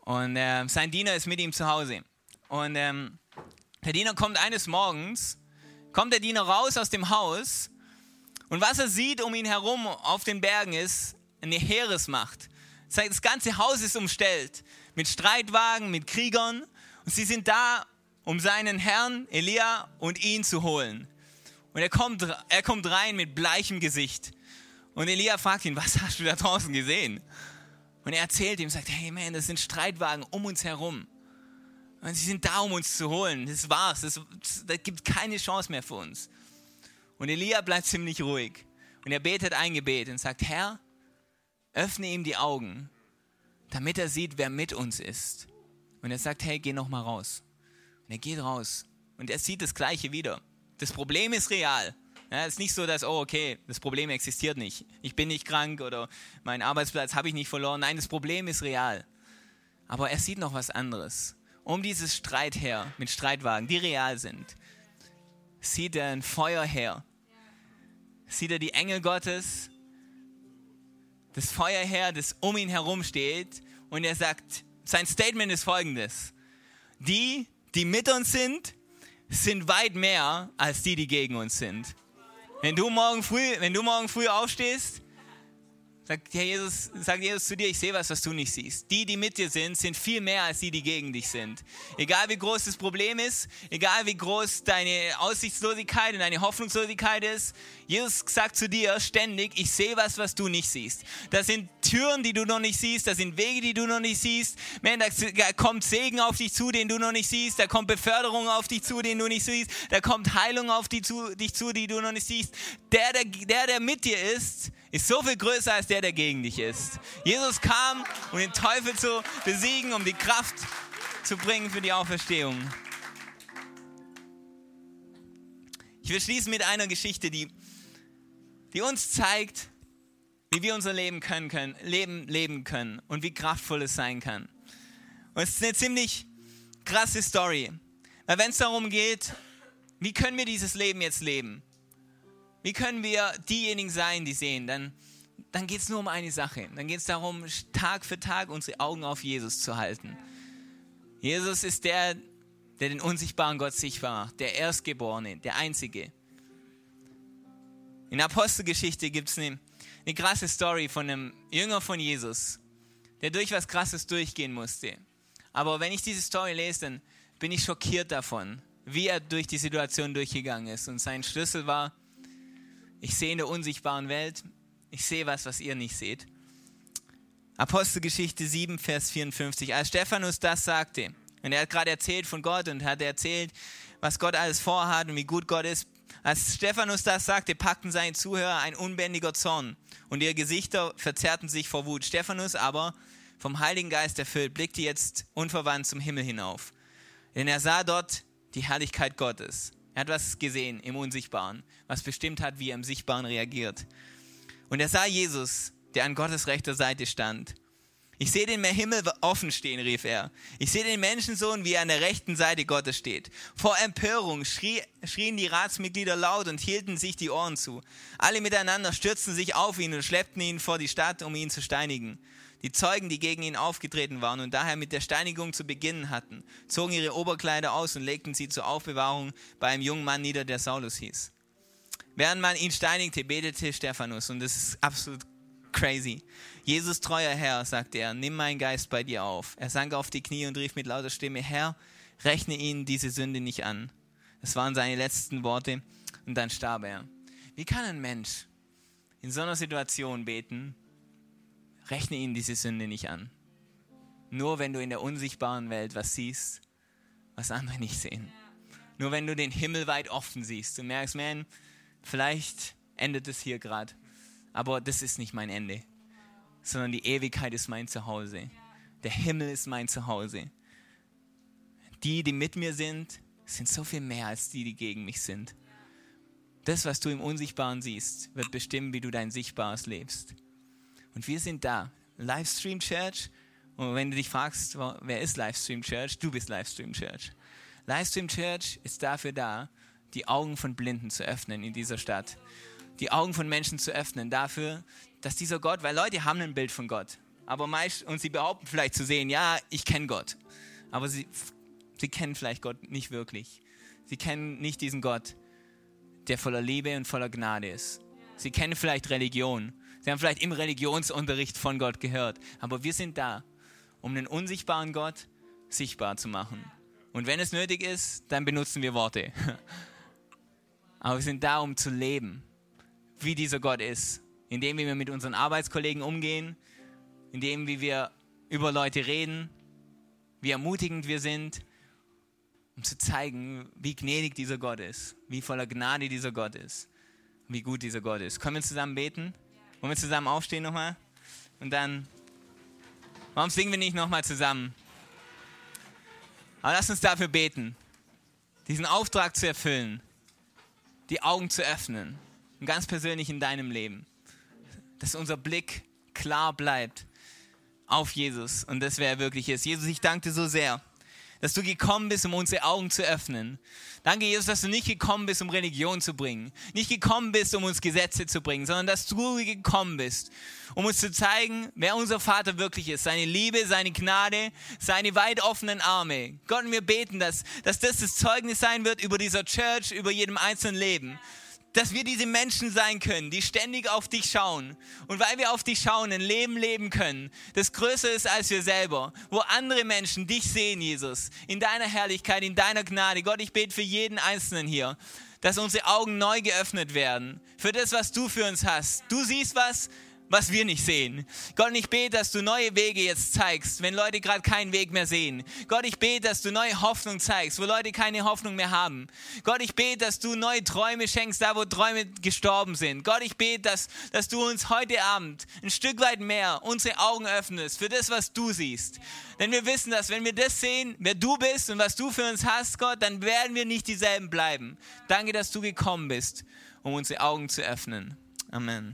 Und sein Diener ist mit ihm zu Hause. Und der Diener kommt eines Morgens, kommt der Diener raus aus dem Haus und was er sieht um ihn herum auf den Bergen ist eine Heeresmacht. Das ganze Haus ist umstellt mit Streitwagen, mit Kriegern und sie sind da, um seinen Herrn Elia und ihn zu holen. Und er kommt rein mit bleichem Gesicht. Und Elia fragt ihn, was hast du da draußen gesehen? Und er erzählt ihm, sagt, hey man, das sind Streitwagen um uns herum. Und sie sind da, um uns zu holen. Das war's. Da gibt keine Chance mehr für uns. Und Elia bleibt ziemlich ruhig. Und er betet ein Gebet und sagt, Herr, öffne ihm die Augen, damit er sieht, wer mit uns ist. Und er sagt, hey, geh noch mal raus. Und er geht raus. Und er sieht das Gleiche wieder. Das Problem ist real. Ja, es ist nicht so, dass, oh okay, das Problem existiert nicht. Ich bin nicht krank oder meinen Arbeitsplatz habe ich nicht verloren. Nein, das Problem ist real. Aber er sieht noch was anderes. Um dieses Streitheer mit Streitwagen, die real sind, sieht er ein Feuerheer. Sieht er die Engel Gottes, das Feuerheer, das um ihn herum steht. Und er sagt, sein Statement ist folgendes. Die mit uns sind weit mehr als die gegen uns sind. Wenn du morgen früh aufstehst, sagt Jesus zu dir, ich sehe was du nicht siehst. Die mit dir sind viel mehr als die gegen dich sind. Egal wie groß das Problem ist, egal wie groß deine Aussichtslosigkeit und deine Hoffnungslosigkeit ist, Jesus sagt zu dir ständig, ich sehe was du nicht siehst. Das sind Türen, die du noch nicht siehst, das sind Wege, die du noch nicht siehst. Da kommt Segen auf dich zu, den du noch nicht siehst. Da kommt Beförderung auf dich zu, den du nicht siehst. Da kommt Heilung auf dich zu, die du noch nicht siehst. Der mit dir ist so viel größer als der gegen dich ist. Jesus kam, um den Teufel zu besiegen, um die Kraft zu bringen für die Auferstehung. Ich will schließen mit einer Geschichte, die uns zeigt, wie wir unser Leben leben können und wie kraftvoll es sein kann. Und es ist eine ziemlich krasse Story. Weil wenn es darum geht, wie können wir dieses Leben jetzt leben? Wie können wir diejenigen sein, die sehen? Dann geht es nur um eine Sache. Dann geht es darum, Tag für Tag unsere Augen auf Jesus zu halten. Jesus ist der den unsichtbaren Gott sichtbar macht. Der Erstgeborene, der Einzige. In der Apostelgeschichte gibt es eine krasse Story von einem Jünger von Jesus, der durch was Krasses durchgehen musste. Aber wenn ich diese Story lese, dann bin ich schockiert davon, wie er durch die Situation durchgegangen ist. Und sein Schlüssel war, ich sehe in der unsichtbaren Welt, ich sehe was ihr nicht seht. Apostelgeschichte 7, Vers 54. Als Stephanus das sagte, und er hat gerade erzählt von Gott und hat erzählt, was Gott alles vorhat und wie gut Gott ist. Als Stephanus das sagte, packten seine Zuhörer ein unbändiger Zorn und ihre Gesichter verzerrten sich vor Wut. Stephanus aber, vom Heiligen Geist erfüllt, blickte jetzt unverwandt zum Himmel hinauf. Denn er sah dort die Herrlichkeit Gottes. Er hat was gesehen im Unsichtbaren, was bestimmt hat, wie er im Sichtbaren reagiert. Und er sah Jesus, der an Gottes rechter Seite stand. Ich sehe den Himmel offen stehen, rief er. Ich sehe den Menschensohn, wie er an der rechten Seite Gottes steht. Vor Empörung schrien die Ratsmitglieder laut und hielten sich die Ohren zu. Alle miteinander stürzten sich auf ihn und schleppten ihn vor die Stadt, um ihn zu steinigen. Die Zeugen, die gegen ihn aufgetreten waren und daher mit der Steinigung zu beginnen hatten, zogen ihre Oberkleider aus und legten sie zur Aufbewahrung bei einem jungen Mann nieder, der Saulus hieß. Während man ihn steinigte, betete Stephanus, und das ist absolut crazy. Jesus, treuer Herr, sagte er, nimm meinen Geist bei dir auf. Er sank auf die Knie und rief mit lauter Stimme, Herr, rechne ihnen diese Sünde nicht an. Das waren seine letzten Worte und dann starb er. Wie kann ein Mensch in so einer Situation beten, rechne ihnen diese Sünde nicht an? Nur wenn du in der unsichtbaren Welt was siehst, was andere nicht sehen. Nur wenn du den Himmel weit offen siehst und merkst, man, vielleicht endet es hier gerade, aber das ist nicht mein Ende, sondern die Ewigkeit ist mein Zuhause. Der Himmel ist mein Zuhause. Die mit mir sind so viel mehr als die gegen mich sind. Das, was du im Unsichtbaren siehst, wird bestimmen, wie du dein Sichtbares lebst. Und wir sind da, Livestream Church. Und wenn du dich fragst, wer ist Livestream Church? Du bist Livestream Church. Livestream Church ist dafür da, die Augen von Blinden zu öffnen in dieser Stadt. Die Augen von Menschen zu öffnen dafür, dass dieser Gott, weil Leute haben ein Bild von Gott. und sie behaupten vielleicht zu sehen, ja, ich kenne Gott. Aber sie kennen vielleicht Gott nicht wirklich. Sie kennen nicht diesen Gott, der voller Liebe und voller Gnade ist. Sie kennen vielleicht Religion. Sie haben vielleicht im Religionsunterricht von Gott gehört. Aber wir sind da, um den unsichtbaren Gott sichtbar zu machen. Und wenn es nötig ist, dann benutzen wir Worte. Aber wir sind da, um zu leben, wie dieser Gott ist. Indem wir mit unseren Arbeitskollegen umgehen, indem wir über Leute reden, wie ermutigend wir sind, um zu zeigen, wie gnädig dieser Gott ist, wie voller Gnade dieser Gott ist, wie gut dieser Gott ist. Können wir zusammen beten? Wollen wir zusammen aufstehen nochmal? Und dann, warum singen wir nicht nochmal zusammen? Aber lass uns dafür beten, diesen Auftrag zu erfüllen, die Augen zu öffnen und ganz persönlich in deinem Leben, dass unser Blick klar bleibt auf Jesus und das, wer er wirklich ist. Jesus, ich danke dir so sehr, dass du gekommen bist, um unsere Augen zu öffnen. Danke, Jesus, dass du nicht gekommen bist, um Religion zu bringen, nicht gekommen bist, um uns Gesetze zu bringen, sondern dass du gekommen bist, um uns zu zeigen, wer unser Vater wirklich ist, seine Liebe, seine Gnade, seine weit offenen Arme. Gott, wir beten, dass das Zeugnis sein wird über dieser Church, über jedem einzelnen Leben. Dass wir diese Menschen sein können, die ständig auf dich schauen. Und weil wir auf dich schauen, ein Leben leben können, das größer ist als wir selber. Wo andere Menschen dich sehen, Jesus, in deiner Herrlichkeit, in deiner Gnade. Gott, ich bete für jeden Einzelnen hier, dass unsere Augen neu geöffnet werden. Für das, was du für uns hast. Du siehst was wir nicht sehen. Gott, und ich bete, dass du neue Wege jetzt zeigst, wenn Leute gerade keinen Weg mehr sehen. Gott, ich bete, dass du neue Hoffnung zeigst, wo Leute keine Hoffnung mehr haben. Gott, ich bete, dass du neue Träume schenkst, da wo Träume gestorben sind. Gott, ich bete, dass du uns heute Abend ein Stück weit mehr unsere Augen öffnest für das, was du siehst. Denn wir wissen, dass wenn wir das sehen, wer du bist und was du für uns hast, Gott, dann werden wir nicht dieselben bleiben. Danke, dass du gekommen bist, um unsere Augen zu öffnen. Amen.